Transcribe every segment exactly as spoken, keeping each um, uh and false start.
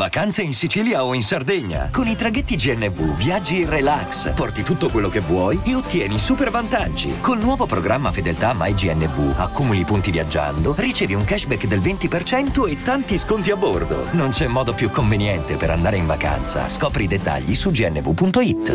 Vacanze in Sicilia o in Sardegna. Con i traghetti G N V viaggi in relax, porti tutto quello che vuoi e ottieni super vantaggi. Col nuovo programma Fedeltà MyGNV accumuli punti viaggiando, ricevi un cashback del venti per cento e tanti sconti a bordo. Non c'è modo più conveniente per andare in vacanza. Scopri i dettagli su g n v punto i t.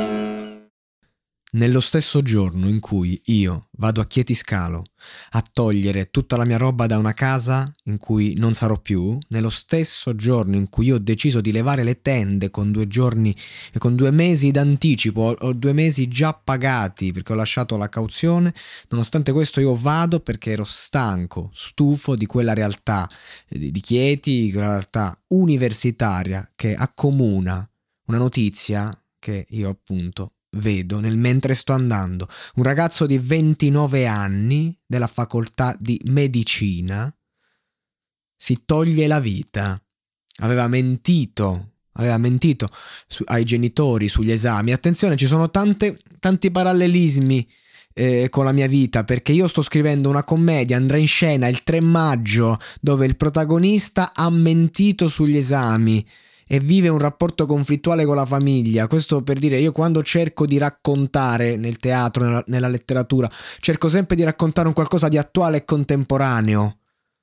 Nello stesso giorno in cui io vado a Chietiscalo a togliere tutta la mia roba da una casa in cui non sarò più, nello stesso giorno in cui io ho deciso di levare le tende con due giorni e con due mesi d'anticipo, ho due mesi già pagati perché ho lasciato la cauzione, nonostante questo io vado perché ero stanco, stufo di quella realtà di Chieti, quella realtà universitaria che accomuna una notizia che io appunto vedo nel mentre sto andando. Un ragazzo di ventinove anni della facoltà di medicina si toglie la vita. Aveva mentito, aveva mentito su, ai genitori sugli esami. Attenzione, ci sono tante, tanti parallelismi eh, con la mia vita, perché io sto scrivendo una commedia, andrà in scena il tre maggio, dove il protagonista ha mentito sugli esami e vive un rapporto conflittuale con la famiglia. Questo per dire, io quando cerco di raccontare nel teatro, nella, nella letteratura, cerco sempre di raccontare un qualcosa di attuale e contemporaneo.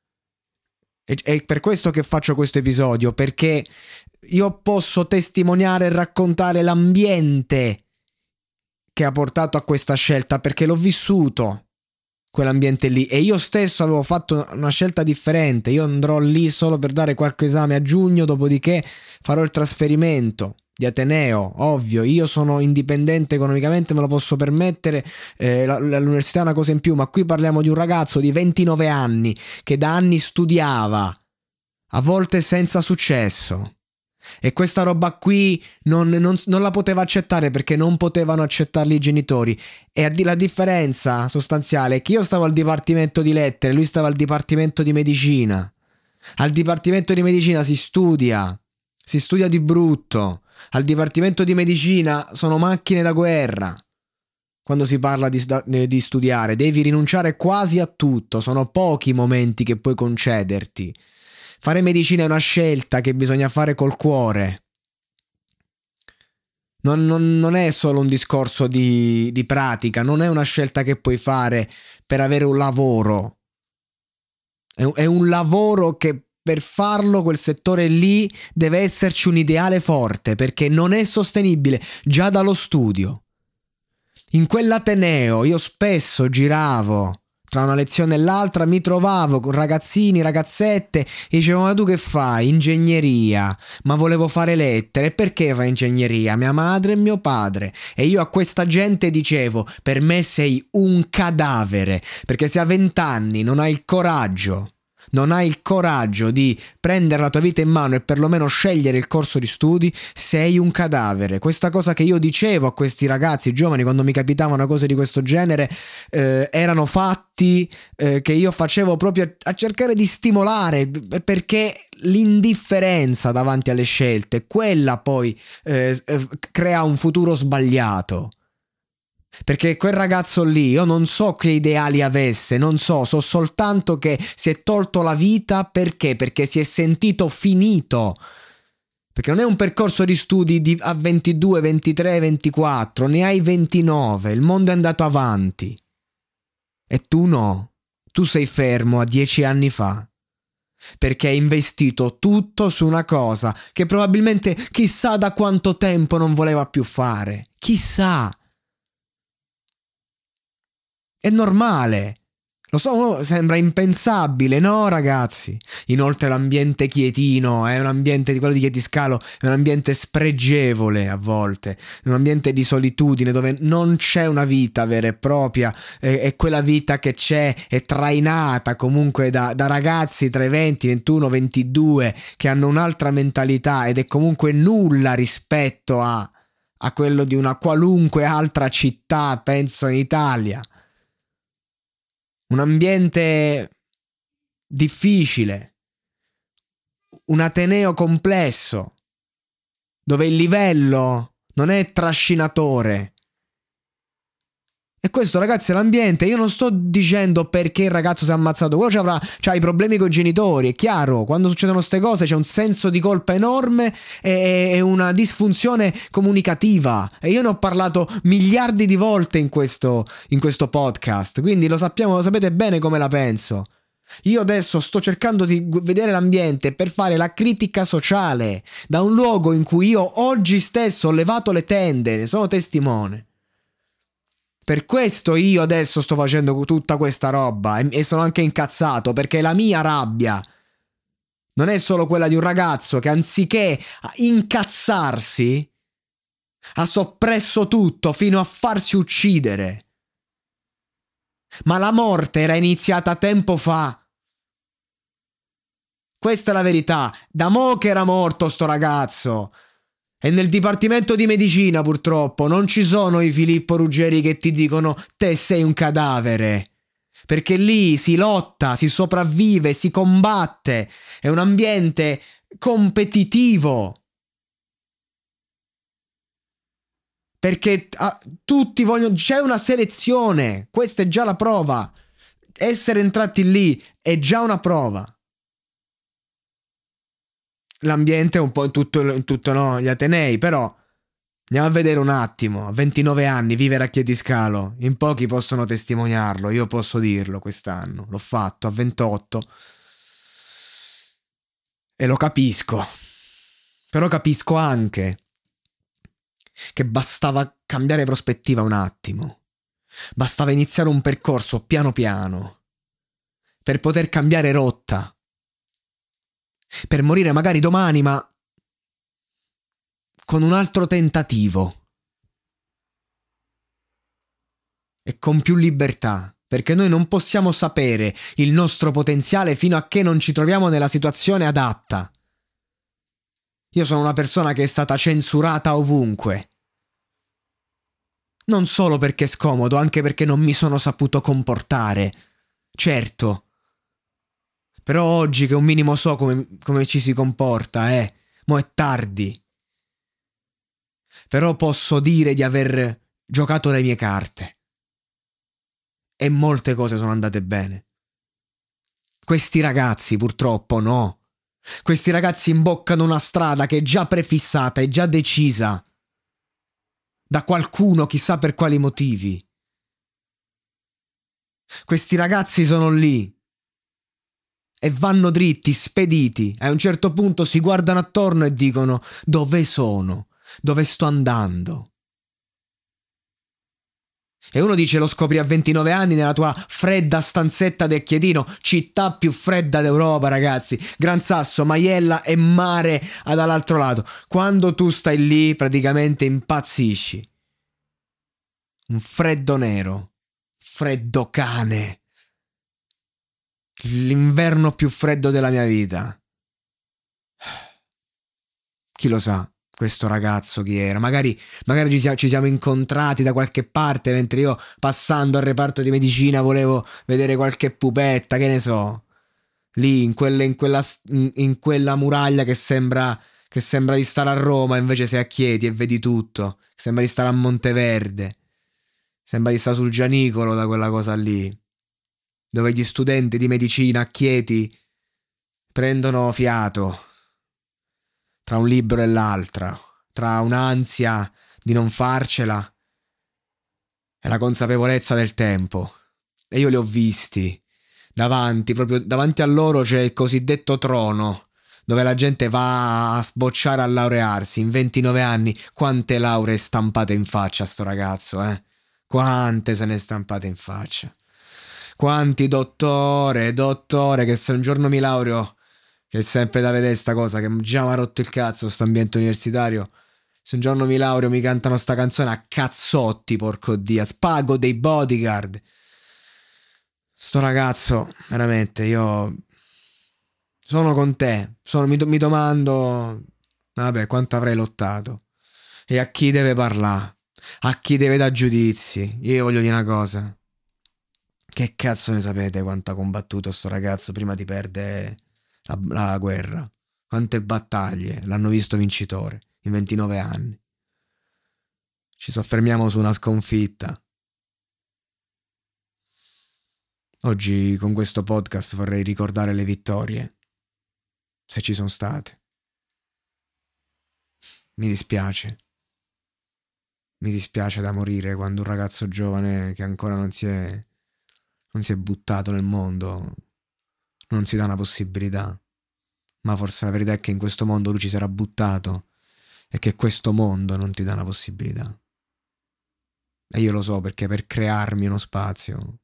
E, è per questo che faccio questo episodio, perché io posso testimoniare e raccontare l'ambiente che ha portato a questa scelta, perché l'ho vissuto quell'ambiente lì e io stesso avevo fatto una scelta differente. Io andrò lì solo per dare qualche esame a giugno, dopodiché farò il trasferimento di ateneo. Ovvio, io sono indipendente economicamente, me lo posso permettere, eh, l'università è una cosa in più, ma qui parliamo di un ragazzo di ventinove anni che da anni studiava, a volte senza successo. E questa roba qui non, non, non la poteva accettare perché non potevano accettarli i genitori. E la differenza sostanziale è che io stavo al dipartimento di lettere, lui stava al dipartimento di medicina. Al dipartimento di medicina si studia, si studia di brutto. Al dipartimento di medicina sono macchine da guerra. Quando si parla di, di studiare devi rinunciare quasi a tutto, sono pochi i momenti che puoi concederti. Fare medicina è una scelta che bisogna fare col cuore. Non, non, non è solo un discorso di, di pratica, non è una scelta che puoi fare per avere un lavoro. È, è un lavoro che per farlo, quel settore lì, deve esserci un ideale forte, perché non è sostenibile già dallo studio. In quell'ateneo io spesso giravo tra una lezione e l'altra, mi trovavo con ragazzini, ragazzette e dicevo: ma tu che fai? Ingegneria. Ma volevo fare lettere. E perché fai ingegneria? Mia madre e mio padre. E io a questa gente dicevo: per me sei un cadavere, perché se a vent'anni non hai il coraggio non hai il coraggio di prendere la tua vita in mano e perlomeno scegliere il corso di studi, sei un cadavere. Questa cosa che io dicevo a questi ragazzi giovani quando mi capitavano cose di questo genere eh, erano fatti eh, che io facevo proprio a, a cercare di stimolare, perché l'indifferenza davanti alle scelte, quella poi eh, eh, crea un futuro sbagliato. Perché quel ragazzo lì, io non so che ideali avesse, non so, so soltanto che si è tolto la vita perché? Perché si è sentito finito. Perché non è un percorso di studi di, a ventidue, ventitré, ventiquattro, ne hai ventinove, il mondo è andato avanti. E tu no, tu sei fermo a dieci anni fa. Perché hai investito tutto su una cosa che probabilmente chissà da quanto tempo non voleva più fare. Chissà. È normale, lo so, sembra impensabile, no ragazzi? Inoltre l'ambiente chietino è un ambiente di quello di Chietiscalo, è un ambiente spregevole a volte, è un ambiente di solitudine dove non c'è una vita vera e propria, e, e quella vita che c'è è trainata comunque da, da ragazzi tra i venti, ventuno, ventidue che hanno un'altra mentalità ed è comunque nulla rispetto a, a quello di una qualunque altra città, penso in Italia. Un ambiente difficile, un ateneo complesso, dove il livello non è trascinatore, E questo, ragazzi, è l'ambiente. Io non sto dicendo perché il ragazzo si è ammazzato, quello c'avrà, c'ha i problemi con i genitori, è chiaro. Quando succedono queste cose c'è un senso di colpa enorme e, e una disfunzione comunicativa. E io ne ho parlato miliardi di volte in questo, in questo podcast, quindi lo sappiamo, lo sapete bene come la penso. Io adesso sto cercando di vedere l'ambiente per fare la critica sociale da un luogo in cui io oggi stesso ho levato le tende, ne sono testimone. Per questo io adesso sto facendo tutta questa roba e, e sono anche incazzato, perché la mia rabbia non è solo quella di un ragazzo che anziché incazzarsi ha soppresso tutto fino a farsi uccidere. Ma la morte era iniziata tempo fa. Questa è la verità. Da mo' che era morto sto ragazzo. E nel dipartimento di medicina purtroppo non ci sono i Filippo Ruggeri che ti dicono te sei un cadavere. Perché lì si lotta, si sopravvive, si combatte. È un ambiente competitivo. Perché ah, tutti vogliono... C'è una selezione. Questa è già la prova. Essere entrati lì è già una prova. L'ambiente è un po' in tutto, in tutto no, gli atenei, però andiamo a vedere un attimo. A ventinove anni vivere a Chiediscalo, in pochi possono testimoniarlo, io posso dirlo quest'anno, l'ho fatto a ventotto e lo capisco. Però capisco anche che bastava cambiare prospettiva un attimo, bastava iniziare un percorso piano piano per poter cambiare rotta. Per morire magari domani, ma con un altro tentativo. E con più libertà. Perché noi non possiamo sapere il nostro potenziale fino a che non ci troviamo nella situazione adatta. Io sono una persona che è stata censurata ovunque. Non solo perché è scomodo, anche perché non mi sono saputo comportare. Certo. Però oggi che un minimo so come, come ci si comporta, eh, mo è tardi. Però posso dire di aver giocato le mie carte. E molte cose sono andate bene. Questi ragazzi purtroppo no. Questi ragazzi imboccano una strada che è già prefissata, è già decisa. Da qualcuno, chissà per quali motivi. Questi ragazzi sono lì. E vanno dritti, spediti. A un certo punto si guardano attorno e dicono: dove sono? Dove sto andando? E uno dice: lo scopri a ventinove anni nella tua fredda stanzetta del Chiedino, città più fredda d'Europa, ragazzi. Gran Sasso, Maiella e mare dall'altro lato. Quando tu stai lì praticamente impazzisci. Un freddo nero. Freddo cane. L'inverno più freddo della mia vita. Chi lo sa, questo ragazzo chi era? Magari, magari ci, siamo, ci siamo incontrati da qualche parte mentre io, passando al reparto di medicina, volevo vedere qualche pupetta, che ne so. Lì, in quella, in quella, in, in quella muraglia che sembra, che sembra di stare a Roma, invece sei a Chieti e vedi tutto. Sembra di stare a Monteverde. Sembra di stare sul Gianicolo da quella cosa lì. Dove gli studenti di medicina a Chieti prendono fiato tra un libro e l'altra, tra un'ansia di non farcela e la consapevolezza del tempo. E io li ho visti davanti, proprio davanti a loro c'è il cosiddetto trono, dove la gente va a sbocciare a laurearsi. In ventinove anni quante lauree stampate in faccia a sto ragazzo, eh? Quante se ne stampate in faccia. Quanti dottore, dottore, che se un giorno mi laureo, che è sempre da vedere sta cosa, che già mi ha rotto il cazzo sto ambiente universitario, se un giorno mi laureo mi cantano sta canzone a cazzotti, porco Dio, pago dei bodyguard. Sto ragazzo, veramente, io sono con te, sono, mi, mi domando, vabbè, quanto avrei lottato, e a chi deve parlare, a chi deve dare giudizi. Io voglio dire una cosa. Che cazzo ne sapete quanto ha combattuto sto ragazzo prima di perdere la, la guerra? Quante battaglie l'hanno visto vincitore in ventinove anni. Ci soffermiamo su una sconfitta. Oggi con questo podcast vorrei ricordare le vittorie, se ci sono state. Mi dispiace. Mi dispiace da morire quando un ragazzo giovane che ancora non si è, non si è buttato nel mondo non si dà una possibilità. Ma forse la verità è che in questo mondo lui ci sarà buttato e che questo mondo non ti dà una possibilità. E io lo so, perché per crearmi uno spazio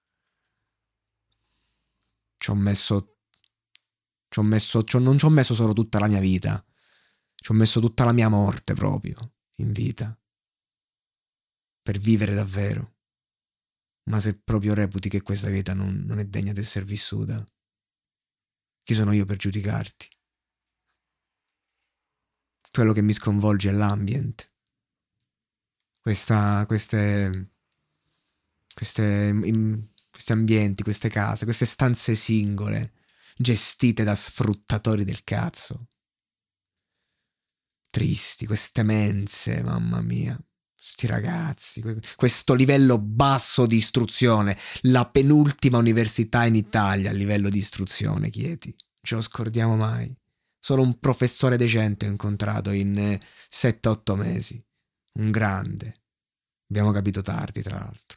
ci ho messo ci ho messo ci ho, non ci ho messo solo tutta la mia vita, ci ho messo tutta la mia morte proprio in vita per vivere davvero. Ma se proprio reputi che questa vita non, non è degna di essere vissuta, chi sono io per giudicarti? Quello che mi sconvolge è l'ambient. Questa, queste, queste, in, questi ambienti, queste case, queste stanze singole, gestite da sfruttatori del cazzo. Tristi, queste mense, mamma mia. Sti ragazzi, questo livello basso di istruzione, la penultima università in Italia a livello di istruzione, Chieti, non ce lo scordiamo mai. Solo un professore decente ho incontrato in sette otto mesi, un grande, abbiamo capito tardi tra l'altro.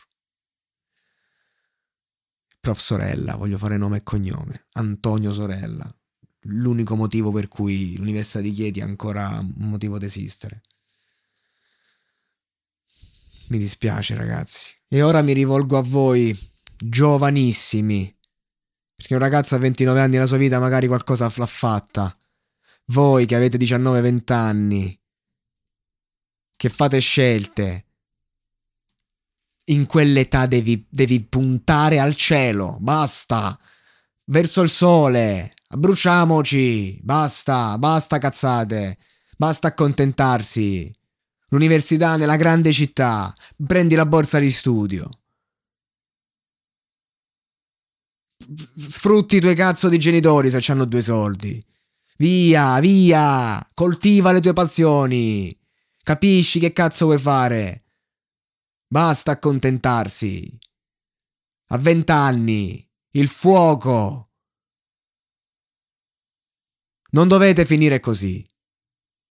Prof Sorella, voglio fare nome e cognome, Antonio Sorella, l'unico motivo per cui l'Università di Chieti ha ancora un motivo di esistere. Mi dispiace, ragazzi. E ora mi rivolgo a voi, giovanissimi, perché un ragazzo a ventinove anni nella sua vita magari qualcosa l'ha fatta. Voi che avete diciannove venti anni, che fate scelte, in quell'età devi, devi puntare al cielo, basta, verso il sole, bruciamoci, basta, basta cazzate, basta accontentarsi. L'università nella grande città, prendi la borsa di studio, sfrutti i tuoi cazzo di genitori se hanno due soldi, via, via, coltiva le tue passioni, capisci che cazzo vuoi fare, basta accontentarsi. A vent'anni, il fuoco, non dovete finire così.